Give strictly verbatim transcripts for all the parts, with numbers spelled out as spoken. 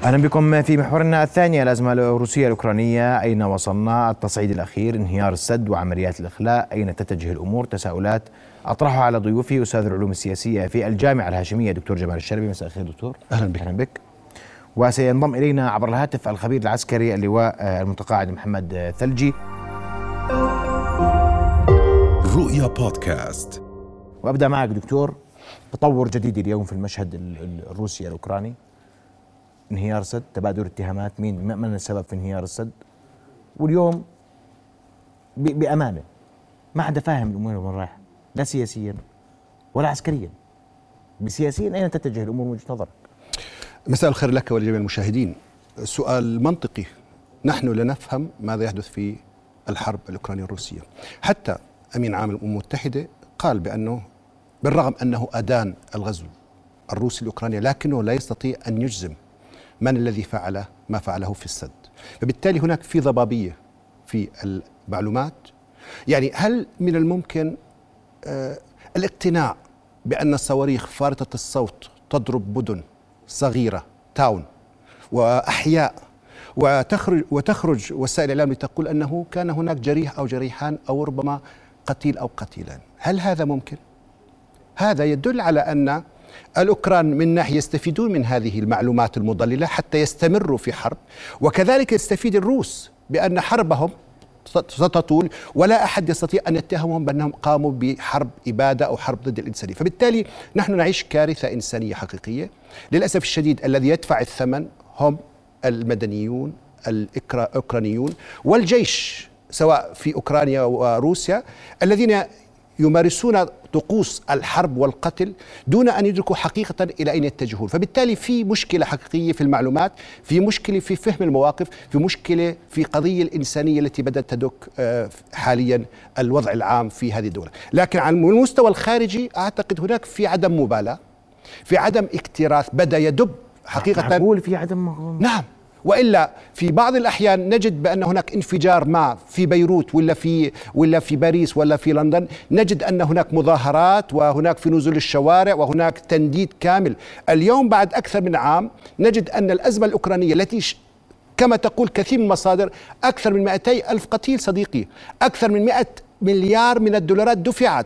أهلا بكم في محورنا الثاني. الأزمة الروسية الأوكرانية، أين وصلنا؟ التصعيد الأخير، انهيار السد وعمليات الإخلاء، أين تتجه الأمور؟ تساؤلات أطرحها على ضيوفي أستاذ العلوم السياسية في الجامعة الهاشمية دكتور جمال الشربي. مساء الخير دكتور. أهلا بك. أهلا بك. وسينضم إلينا عبر الهاتف الخبير العسكري اللواء المتقاعد محمد ثلجي. رؤيا بودكاست. وأبدأ معك دكتور. تطور جديد اليوم في المشهد الروسي الأوكراني، انهيار سد، تبادل اتهامات، مين من السبب في انهيار السد؟ واليوم بأمانة ما حدا فاهم الأمور وين رايحة، لا سياسيا ولا عسكريا. بسياسيا أين تتجه الأمور من وجهة نظرك؟ مساء الخير لك ولجميع المشاهدين. سؤال منطقي. نحن لا نفهم ماذا يحدث في الحرب الأوكرانية الروسية. حتى أمين عام الأمم المتحدة قال بأنه بالرغم أنه أدان الغزو الروسي الأوكراني، لكنه لا يستطيع أن يجزم من الذي فعل ما فعله في السد. فبالتالي هناك في ضبابية في المعلومات. يعني هل من الممكن آه الاقتناع بأن الصواريخ فارطة الصوت تضرب مدن صغيرة، تاون وأحياء، وتخرج وتخرج وسائل الإعلام لتقول أنه كان هناك جريح أو جريحان أو ربما قتيل أو قتيلان؟ هل هذا ممكن؟ هذا يدل على أن الأوكران من ناحية يستفيدون من هذه المعلومات المضللة حتى يستمروا في حرب، وكذلك يستفيد الروس بأن حربهم ستطول ولا أحد يستطيع أن يتهمهم بأنهم قاموا بحرب إبادة أو حرب ضد الإنسانية. فبالتالي نحن نعيش كارثة إنسانية حقيقية. للأسف الشديد الذي يدفع الثمن هم المدنيون الأوكرانيون والجيش سواء في أوكرانيا وروسيا الذين يمارسون طقوس الحرب والقتل دون أن يدركوا حقيقة إلى أين يتجهون. فبالتالي في مشكلة حقيقية في المعلومات، في مشكلة في فهم المواقف، في مشكلة في قضية الإنسانية التي بدأت تدك حاليا الوضع العام في هذه الدولة. لكن على المستوى الخارجي أعتقد هناك في عدم مبالاة، في عدم اكتراث بدأ يدب حقيقة. أقول في عدم مغرم. نعم، وإلا في بعض الأحيان نجد بأن هناك انفجار ما في بيروت ولا في ولا في باريس ولا في لندن، نجد أن هناك مظاهرات وهناك في نزول الشوارع وهناك تنديد كامل. اليوم بعد أكثر من عام نجد أن الأزمة الأوكرانية التي كما تقول كثير من المصادر أكثر من مئتي ألف قتيل صديقي، أكثر من مئة مليار من الدولارات دفعت،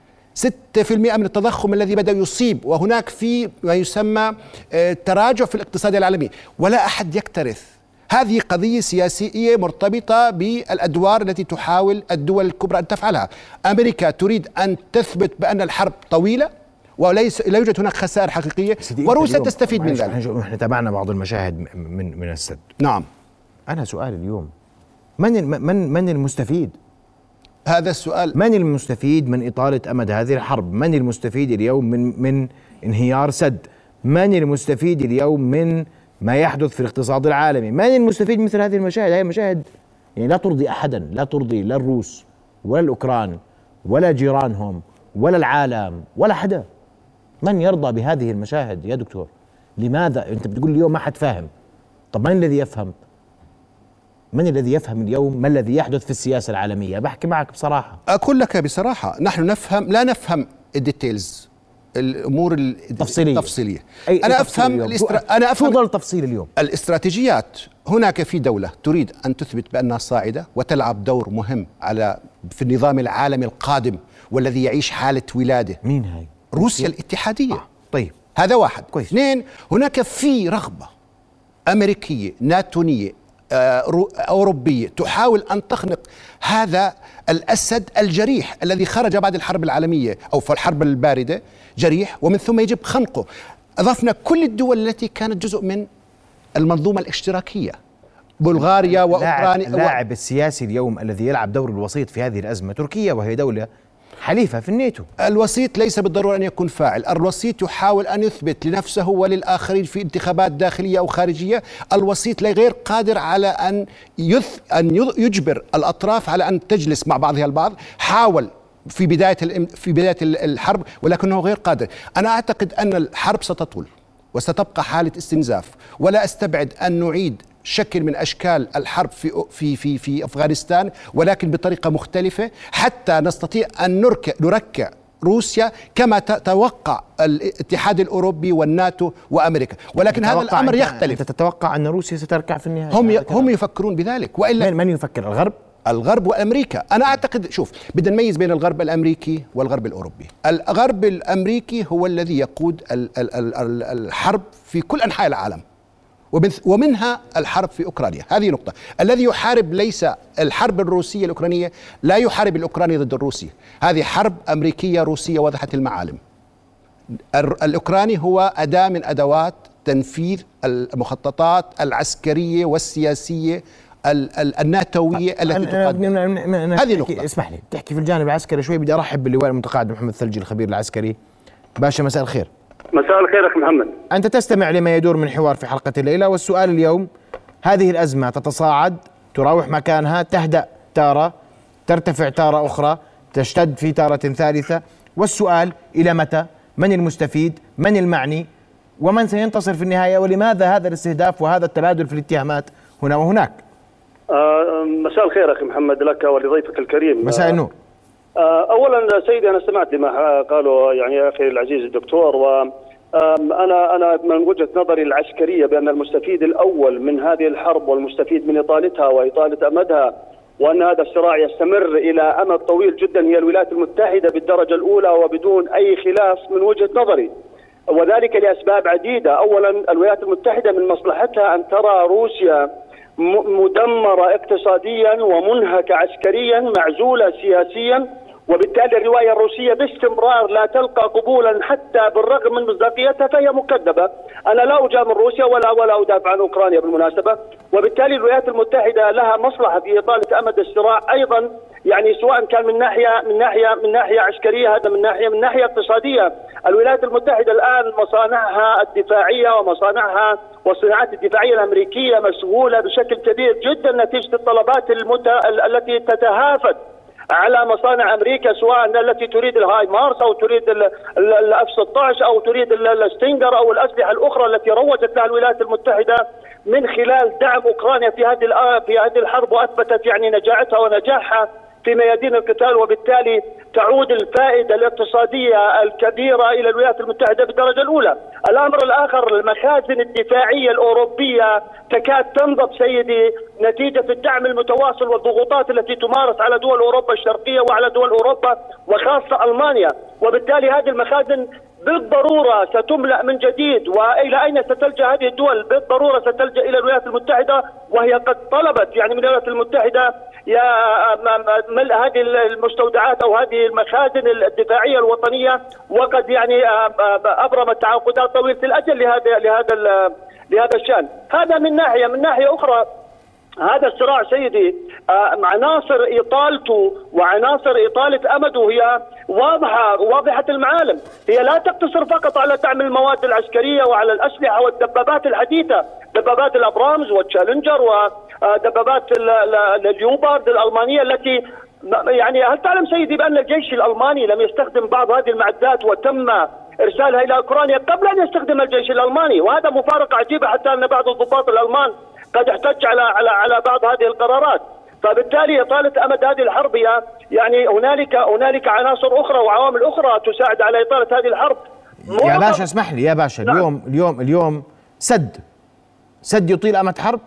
ستة بالمئة من التضخم الذي بدأ يصيب، وهناك في ما يسمى تراجع في الاقتصاد العالمي، ولا أحد يكترث. هذه قضية سياسية مرتبطة بالأدوار التي تحاول الدول الكبرى أن تفعلها. أمريكا تريد أن تثبت بأن الحرب طويلة وليس لا يوجد هناك خسائر حقيقية، وروسيا تستفيد من ذلك. نحن تابعنا بعض المشاهد من من السد. نعم. أنا سؤال اليوم، من من من المستفيد؟ هذا السؤال. من المستفيد من إطالة أمد هذه الحرب؟ من المستفيد اليوم من من انهيار سد؟ من المستفيد اليوم من ما يحدث في الاقتصاد العالمي؟ من المستفيد مثل هذه المشاهد؟ هذه مشاهد يعني لا ترضي أحدا، لا ترضي لا الروس ولا الأوكران ولا جيرانهم ولا العالم ولا حدا. من يرضى بهذه المشاهد يا دكتور؟ لماذا؟ أنت بتقول اليوم ما حد فاهم. طب من الذي يفهم؟ من الذي يفهم اليوم ما الذي يحدث في السياسة العالمية؟ بحكي معك بصراحة. أقول لك بصراحة، نحن نفهم لا نفهم الديتيلز، الأمور التفصيلية, التفصيلية. أنا أفهم الاسترا... أنا أفهم شو التفصيل اليوم؟ الاستراتيجيات. هناك في دولة تريد أن تثبت بأنها صاعدة وتلعب دور مهم على في النظام العالمي القادم والذي يعيش حالة ولادة. مين هاي؟ روسيا الاتحادية. آه. طيب هذا واحد. كويس. اثنين، هناك في رغبة أمريكية ناتونية أوروبية تحاول أن تخنق هذا الأسد الجريح الذي خرج بعد الحرب العالمية أو في الحرب الباردة، جريح ومن ثم يجب خنقه. أضفنا كل الدول التي كانت جزء من المنظومة الاشتراكية، بلغاريا وأوكرانيا. اللاعب السياسي اليوم الذي يلعب دور الوسيط في هذه الأزمة تركيا، وهي دولة حليفة في الناتو. الوسيط ليس بالضرورة أن يكون فاعل. الوسيط يحاول أن يثبت لنفسه وللآخرين في انتخابات داخلية أو خارجية. الوسيط غير قادر على أن يث... أن يجبر الأطراف على أن تجلس مع بعضها البعض. حاول في بداية الام... في بداية الحرب ولكنه غير قادر. أنا أعتقد أن الحرب ستطول وستبقى حالة استنزاف، ولا أستبعد أن نعيد شكل من أشكال الحرب في في في في أفغانستان، ولكن بطريقة مختلفة حتى نستطيع أن نركع نركع روسيا كما تتوقع الاتحاد الأوروبي والناتو وأمريكا، ولكن هذا الأمر يختلف. أنت تتوقع أن روسيا ستركع في النهاية؟ هم هم يفكرون بذلك، وإلا من يفكر؟ الغرب؟ الغرب وأمريكا. أنا أعتقد، شوف، بدنا نميز بين الغرب الأمريكي والغرب الأوروبي. الغرب الأمريكي هو الذي يقود الحرب في كل أنحاء العالم، ومنها الحرب في أوكرانيا. هذه نقطة. الذي يحارب ليس الحرب الروسية الأوكرانية، لا يحارب الأوكراني ضد الروسي، هذه حرب أمريكية روسية واضحة المعالم. الأوكراني هو أداة من أدوات تنفيذ المخططات العسكرية والسياسية الناتوية التي تقدم. هذه نقطة. اسمح لي تحكي في الجانب العسكري شوي. بدي أرحب باللواء المتقاعد محمد ثلجي الخبير العسكري. باشا مساء الخير. مساء الخير أخي محمد. أنت تستمع لما يدور من حوار في حلقة الليلة، والسؤال اليوم: هذه الأزمة تتصاعد، تراوح مكانها، تهدأ تارة، ترتفع تارة أخرى، تشتد في تارة ثالثة، والسؤال: إلى متى؟ من المستفيد؟ من المعني؟ ومن سينتصر في النهاية؟ ولماذا هذا الاستهداف وهذا التبادل في الاتهامات هنا وهناك؟ آه مساء الخير أخي محمد لك ولضيفك الكريم. مساء النور. آه أولا سيدي، أنا سمعت لما قالوا يعني أخي العزيز الدكتور، و أنا أنا من وجهة نظري العسكرية بأن المستفيد الأول من هذه الحرب والمستفيد من إطالتها وإطالة أمدها، وأن هذا الصراع يستمر إلى أمد طويل جدا، هي الولايات المتحدة بالدرجة الأولى وبدون أي خلاف من وجهة نظري، وذلك لأسباب عديدة. أولا، الولايات المتحدة من مصلحتها أن ترى روسيا مدمرة اقتصاديا ومنهكة عسكريا، معزولة سياسيا، وبالتالي الرواية الروسية باستمرار لا تلقى قبولا حتى بالرغم من مصداقيتها، فهي مكذبة. أنا لا أجامل روسيا ولا ولا أدافع عن أوكرانيا بالمناسبة، وبالتالي الولايات المتحدة لها مصلحة في إطالة أمد الصراع أيضا، يعني سواء كان من ناحية من ناحية من ناحية عسكرية، هذا من ناحية من ناحية اقتصادية. الولايات المتحدة الآن مصانعها الدفاعية ومصانعها والصناعات الدفاعية الأمريكية مسؤولة بشكل كبير جدا نتيجة الطلبات المت... التي تتهافت على مصانع أمريكا، سواء التي تريد الهاي مارس أو تريد الأف ستة عشر أو تريد الستينجر أو الأسلحة الأخرى التي روجت لها الولايات المتحدة من خلال دعم أوكرانيا في هذه في هذه الحرب، وأثبتت يعني نجاعتها ونجاحها في ميادين القتال، وبالتالي تعود الفائدة الاقتصادية الكبيرة إلى الولايات المتحدة بالدرجة الأولى. الأمر الآخر، المخازن الدفاعية الأوروبية تكاد تنضب سيدي نتيجة الدعم المتواصل والضغوطات التي تمارس على دول أوروبا الشرقية وعلى دول أوروبا وخاصة ألمانيا، وبالتالي هذه المخازن بالضرورة ستملأ من جديد. وإلى أين ستلجأ هذه الدول؟ بالضرورة ستلجأ إلى الولايات المتحدة، وهي قد طلبت يعني من الولايات المتحدة يا ملء هذه المستودعات أو هذه المخازن الدفاعية الوطنية، وقد يعني أبرمت تعاقدات طويلة الأجل لهذا لهذا لهذا الشأن. هذا من ناحية. من ناحية أخرى، هذا الصراع سيدي عناصر إطالته وعناصر إطالة أمده هي واضحة واضحة المعالم، هي لا تقتصر فقط على دعم المواد العسكرية وعلى الأسلحة والدبابات الحديثة، دبابات الأبرامز والتشالنجر ودبابات اليوبارد الألمانية التي يعني هل تعلم سيدي بأن الجيش الألماني لم يستخدم بعض هذه المعدات وتم إرسالها إلى أوكرانيا قبل أن يستخدم الجيش الألماني؟ وهذا مفارقة عجيبة، حتى أن بعض الضباط الألمان قد احتج على على على بعض هذه القرارات. فبالتالي إطالة أمد هذه الحرب يعني هنالك هنالك عناصر أخرى وعوامل أخرى تساعد على إطالة هذه الحرب. يا باشا اسمح لي يا باشا، نعم. اليوم اليوم اليوم سد سد يطيل أمد حرب؟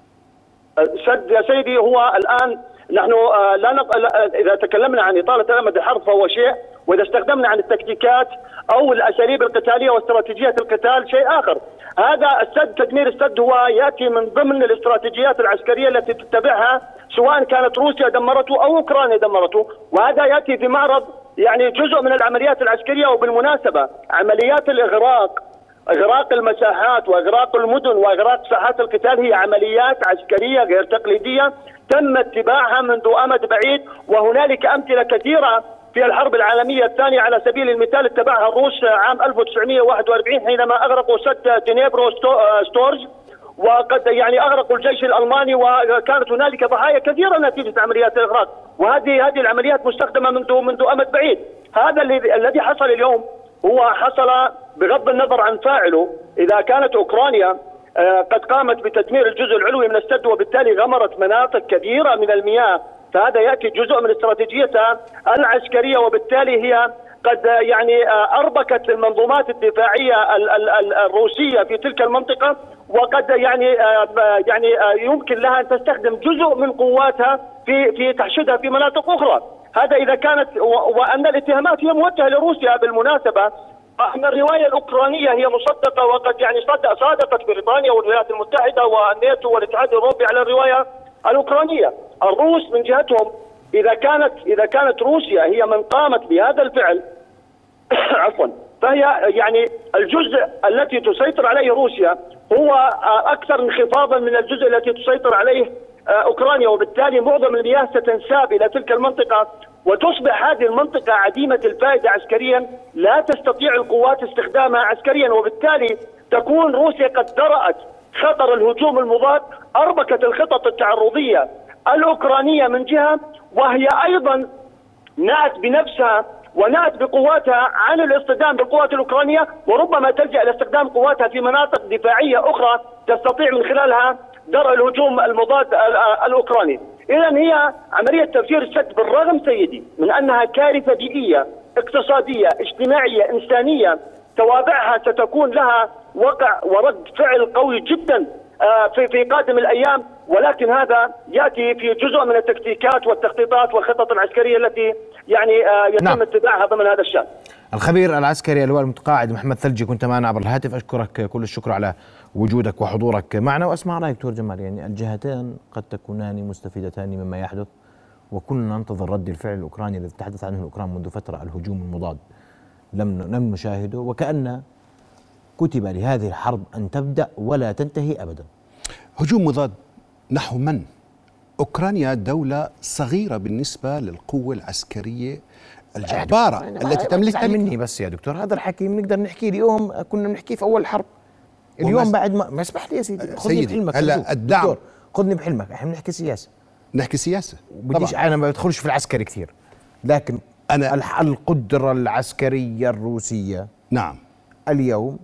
سد يا سيدي هو الآن نحن لا نق... إذا تكلمنا عن إطالة أمد الحرب فهو شيء، وإذا استخدمنا عن التكتيكات أو الأساليب القتالية واستراتيجيات القتال شيء آخر. هذا السد، تدمير السد هو يأتي من ضمن الاستراتيجيات العسكرية التي تتبعها سواء كانت روسيا دمرته أو أوكرانيا دمرته، وهذا يأتي في معرض يعني جزء من العمليات العسكرية. وبالمناسبة عمليات الإغراق، إغراق المساحات وإغراق المدن وإغراق ساحات القتال هي عمليات عسكرية غير تقليدية تم اتباعها منذ أمد بعيد، وهنالك أمثلة كثيرة في الحرب العالمية الثانية. على سبيل المثال اتبعها الروس عام ألف وتسعمئة وواحد وأربعين حينما أغرقوا سد دنيبرو ستورز، وقد يعني أغرقوا الجيش الألماني، وكانت هنالك ضحايا كثيرة نتيجة عمليات الإغراق، وهذه هذه العمليات مستخدمة منذ منذ أمد بعيد. هذا الذي حصل اليوم هو حصل بغض النظر عن فاعله. إذا كانت أوكرانيا قد قامت بتدمير الجزء العلوي من السد وبالتالي غمرت مناطق كبيرة من المياه، فهذا يأتي جزء من استراتيجيتها العسكرية، وبالتالي هي قد يعني أربكت المنظومات الدفاعية الروسية في تلك المنطقة، وقد يعني يعني يمكن لها أن تستخدم جزء من قواتها في في تحشيدها في مناطق أخرى. هذا إذا كانت، وأن الاتهامات هي موجهة لروسيا بالمناسبة. أن الرواية الأوكرانية هي مصدقة، وقد يعني صدق صادقت بريطانيا والولايات المتحدة والناتو والاتحاد الأوروبي على الرواية الأوكرانية. الروس من جهتهم إذا كانت إذا كانت روسيا هي من قامت بهذا الفعل عفوا فهي يعني الجزء التي تسيطر عليه روسيا هو أكثر انخفاضا من الجزء التي تسيطر عليه أوكرانيا، وبالتالي معظم المياه ستنساب إلى تلك المنطقة، وتصبح هذه المنطقة عديمة الفائدة عسكريا، لا تستطيع القوات استخدامها عسكريا، وبالتالي تكون روسيا قد درأت خطر الهجوم المضاد، أربكت الخطط التعرضية الأوكرانية من جهة، وهي أيضا نأت بنفسها ونأت بقواتها عن الاصطدام بالقوات الأوكرانية، وربما تلجأ إلى استخدام قواتها في مناطق دفاعية أخرى تستطيع من خلالها درء الهجوم المضاد الأوكراني. إذن هي عملية تفجير السد بالرغم سيدي من أنها كارثة بيئية اقتصادية اجتماعية إنسانية توابعها ستكون لها وقع ورد فعل قوي جدا في في قادم الأيام، ولكن هذا يأتي في جزء من التكتيكات والتخطيطات والخطط العسكرية التي يعني يتم نعم. اتباعها ضمن هذا الشأن. الخبير العسكري اللواء المتقاعد محمد ثلجي، كنت معنا عبر الهاتف. أشكرك كل الشكر على وجودك وحضورك معنا، وأسمع رأيك دكتور جمال. يعني الجهتين قد تكونان مستفيدتان مما يحدث، وكنا ننتظر رد الفعل الأوكراني الذي تحدث عنه الأوكران منذ فترة، الهجوم المضاد لم لم نشاهده، وكأن كتب لهذه الحرب أن تبدأ ولا تنتهي أبدا. هجوم مضاد نحو من؟ أوكرانيا دولة صغيرة بالنسبة للقوة العسكرية الجبارة التي تملكها. مني بس يا دكتور، هذا الحكي بنقدر نحكي اليوم، كنا بنحكيه في أول الحرب، اليوم بعد ما ما اسمح لي يا سيدي، خذني بحلمك. هلا الدعم، خذني بحلمك، احنا بنحكي سياسة، نحكي سياسة. بديش أنا ما بدخلش في العسكري كثير، لكن أنا القدرة العسكرية الروسية نعم اليوم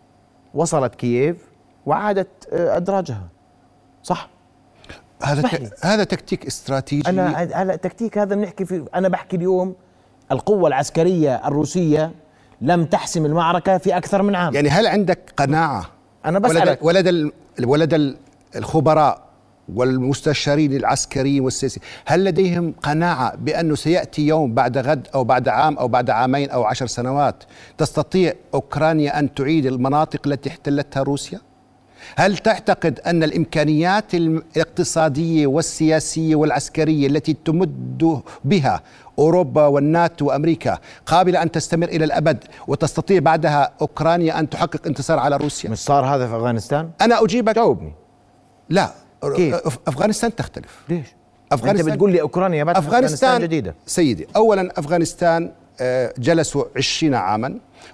وصلت كييف وعادت أدراجها، صح؟ هذا ت... هذا تكتيك استراتيجي. أنا هلا تكتيك هذا بنحكي فيه، أنا بحكي اليوم القوة العسكرية الروسية لم تحسم المعركة في أكثر من عام. يعني هل عندك قناعة أنا بسألك ولد ال... ولد الخبراء والمستشارين العسكريين والسياسيين، هل لديهم قناعة بأنه سيأتي يوم بعد غد أو بعد عام أو بعد عامين أو عشر سنوات تستطيع أوكرانيا أن تعيد المناطق التي احتلتها روسيا؟ هل تعتقد أن الإمكانيات الاقتصادية والسياسية والعسكرية التي تمد بها أوروبا والناتو وأمريكا قابلة أن تستمر إلى الأبد، وتستطيع بعدها أوكرانيا أن تحقق انتصار على روسيا؟ مش صار هذا في أفغانستان؟ أنا أجيبك. جاوبني. لا كيف؟ أفغانستان تختلف. ليش؟ أفغانستان أنت بتقول لي أوكرانيا بعد أفغانستان, أفغانستان جديدة. سيدي، أولا أفغانستان جلسوا عشرين عاما،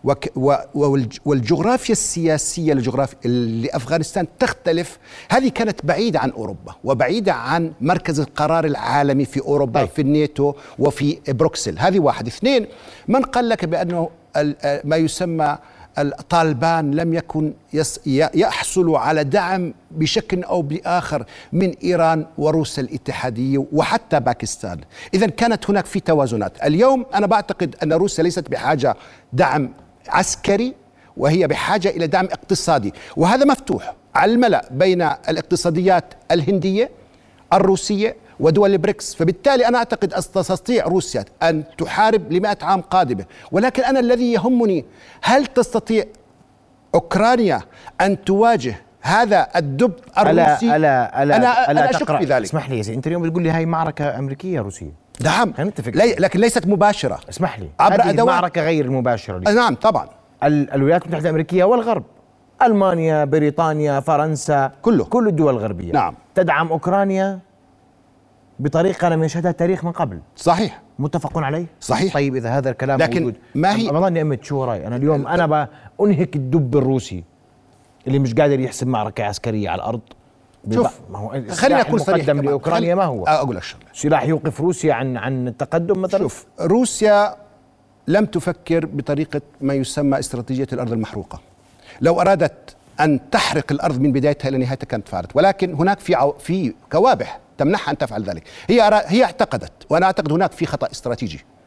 والجغرافيا السياسية لأفغانستان تختلف. هذه كانت بعيدة عن أوروبا وبعيدة عن مركز القرار العالمي في أوروبا، طيب. في الناتو وفي بروكسل. هذه واحد. اثنين، من قال لك بأنه ما يسمى الطالبان لم يكن يحصلوا على دعم بشكل أو بآخر من إيران وروسيا الاتحادية وحتى باكستان؟ إذن كانت هناك في توازنات. اليوم أنا بعتقد أن روسيا ليست بحاجة دعم عسكري، وهي بحاجة إلى دعم اقتصادي، وهذا مفتوح على الملأ بين الاقتصاديات الهندية الروسية ودول البريكس. فبالتالي أنا أعتقد أن تستطيع روسيا أن تحارب لمئة عام قادمة. ولكن أنا الذي يهمني، هل تستطيع أوكرانيا أن تواجه هذا الدب الروسي؟ ألا ألا ألا أنا, ألا أنا أشك في ذلك. اسمح لي يا سيدي، أنت اليوم بتقول لي هاي معركة أمريكية روسية. نعم، لي لكن ليست مباشرة. اسمح لي، عبر هذه المعركة غير المباشرة لي. نعم طبعا. الولايات المتحدة الأمريكية والغرب، ألمانيا، بريطانيا، فرنسا، كله كل الدول الغربية نعم تدعم أوكرانيا بطريقة لم يشهدها التاريخ من قبل. صحيح، متفق عليه. صحيح. طيب إذا هذا الكلام لكن موجود، ما هي أظن أمت شو رأي أنا اليوم أنا بأنهك الدب الروسي اللي مش قادر يحسم معركة عسكرية على الأرض. شوف، ما هو خليني أقول صريح مقدم لأوكرانيا ما هو أقول لك شغلة، سلاح يوقف روسيا عن عن التقدم مثلا. شوف، روسيا لم تفكر بطريقة ما يسمى استراتيجية الأرض المحروقة. لو أرادت أن تحرق الأرض من بدايتها إلى نهايتها كانت فعلت، ولكن هناك في عو... في كوابح تمنعها أن تفعل ذلك. هي أرا... هي اعتقدت، وأنا أعتقد هناك في خطأ استراتيجي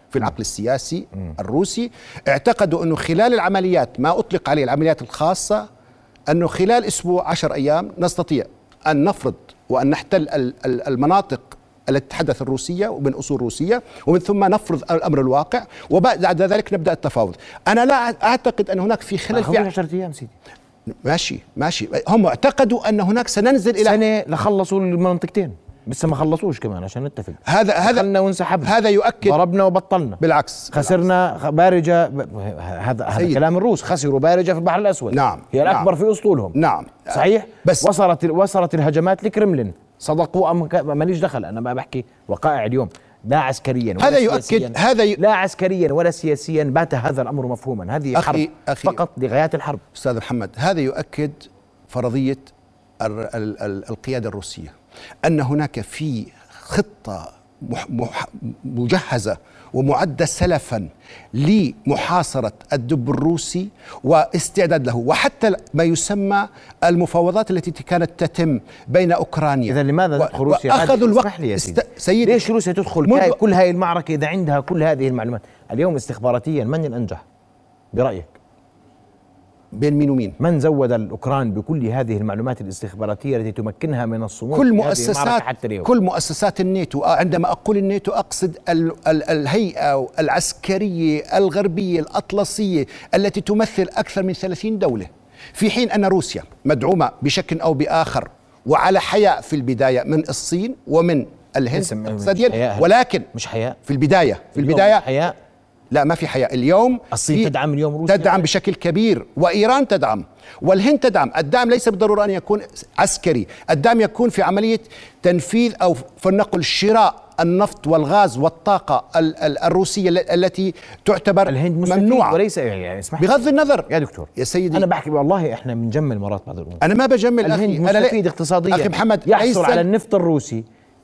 في العقل السياسي الروسي، اعتقدوا أنه خلال العمليات ما أطلق عليه العمليات الخاصة، أنه خلال أسبوع عشر أيام نستطيع أن نفرض وأن نحتل المناطق التي تتحدث الروسية ومن أصول روسية، ومن ثم نفرض الأمر الواقع، وبعد ذلك نبدأ التفاوض. أنا لا أعتقد أن هناك في خلال في عشرة أيام سيدي. ماشي ماشي هم اعتقدوا أن هناك سننزل إلى سنة لخلصوا المنطقتين، بس ما خلصوش كمان عشان نتفق. هذا هذا وانسحبنا، هذا يؤكد ضربنا وبطلنا، بالعكس خسرنا بالعكس. بارجة هذا هذا كلام الروس، خسروا بارجة في البحر الأسود. نعم هي الأكبر نعم في أسطولهم. نعم صحيح. بس وصلت وصلت الهجمات لكرملين، صدقوا أم ماليش دخل، أنا ما بحكي وقائع اليوم، لا عسكريا ولا هذا سياسياً. يؤكد هذا ي... لا عسكريا ولا سياسيا بات هذا الأمر مفهوما. هذه أخي حرب أخي فقط لغايات الحرب. أستاذ محمد، هذا يؤكد فرضية ال ال ال القيادة الروسية، أن هناك في خطة مجهزة ومعدة سلفا لمحاصرة الدب الروسي واستعداد له، وحتى ما يسمى المفاوضات التي كانت تتم بين أوكرانيا. إذا لماذا تدخل روسيا؟ أخذوا الوقت يا است... سيدي، ليش روسيا تدخل كل هاي المعركة إذا عندها كل هذه المعلومات؟ اليوم استخباراتيا من الأنجح برأيك؟ بين مين ومين؟ من زود الأوكران بكل هذه المعلومات الاستخباراتية التي تمكنها من الصمود؟ كل مؤسسات كل مؤسسات الناتو. عندما أقول الناتو أقصد ال ال الهيئة العسكرية الغربية الأطلسية التي تمثل أكثر من ثلاثين دولة، في حين أن روسيا مدعومة بشكل أو بآخر وعلى حياء في البداية من الصين ومن الهند اقتصاديا، ولكن مش حياء في البداية في البداية حياء. لا، ما في حياء. اليوم الصين تدعم اليوم روسيا، تدعم بشكل كبير، وإيران تدعم، والهند تدعم. الدعم ليس بالضرورة أن يكون عسكري، الدعم يكون في عملية تنفيذ أو فلنقل شراء النفط والغاز والطاقة الروسية التي تعتبر الهند ممنوعة وليس يعني اسمح بغض النظر يا دكتور يا سيدي. أنا بحكي والله إحنا بنجمل مرات بعض الأمور. أنا ما بجمل الهند أخي، مستفيد اقتصاديا أخي محمد، يحصل على النفط الروسي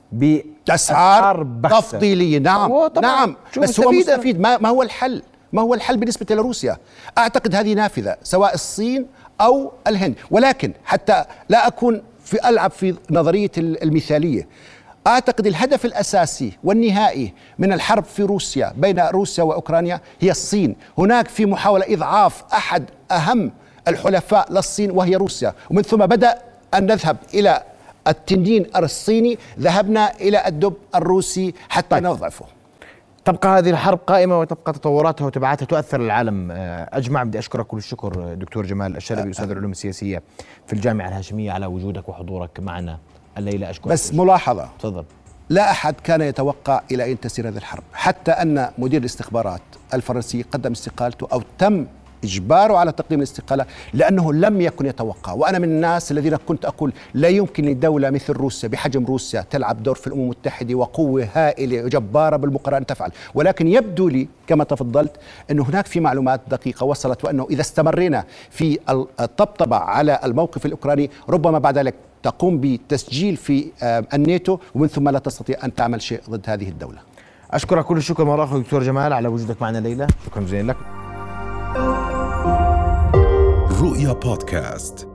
بأسعار تفضيلية. نعم نعم، بس هو مستفيد. ما, ما هو الحل؟ ما هو الحل بالنسبة لروسيا؟ أعتقد هذه نافذة سواء الصين أو الهند. ولكن حتى لا أكون في ألعب في نظرية المثالية، أعتقد الهدف الأساسي والنهائي من الحرب في روسيا بين روسيا وأوكرانيا هي الصين. هناك في محاولة إضعاف أحد أهم الحلفاء للصين وهي روسيا، ومن ثم بدأ أن نذهب إلى التنين الصيني، ذهبنا إلى الدب الروسي حتى طيب. نضعفه. تبقى هذه الحرب قائمة وتبقى تطوراتها وتبعاتها تؤثر العالم أجمع. بدي أشكرك كل الشكر دكتور جمال الشلبي أستاذ العلوم السياسية في الجامعة الهاشمية على وجودك وحضورك معنا الليلة. أشكرك. بس ملاحظة، تفضل. لا أحد كان يتوقع إلى أين تسير هذه الحرب، حتى أن مدير الاستخبارات الفرنسي قدم استقالته أو تم إجباره على تقديم الاستقالة لأنه لم يكن يتوقع. وأنا من الناس الذين كنت أقول لا يمكن لدولة مثل روسيا بحجم روسيا تلعب دور في الأمم المتحدة وقوة هائلة وجبارة بالمقارنة تفعل. ولكن يبدو لي كما تفضلت أنه هناك في معلومات دقيقة وصلت، وأنه إذا استمرينا في الطبطبة على الموقف الأوكراني ربما بعد ذلك تقوم بتسجيل في الناتو، ومن ثم لا تستطيع أن تعمل شيء ضد هذه الدولة. أشكرك كل الشكر مرة أخرى دكتور جمال على وجودك معنا الليلة. شكرا جزيلا لك. رؤيا بودكاست.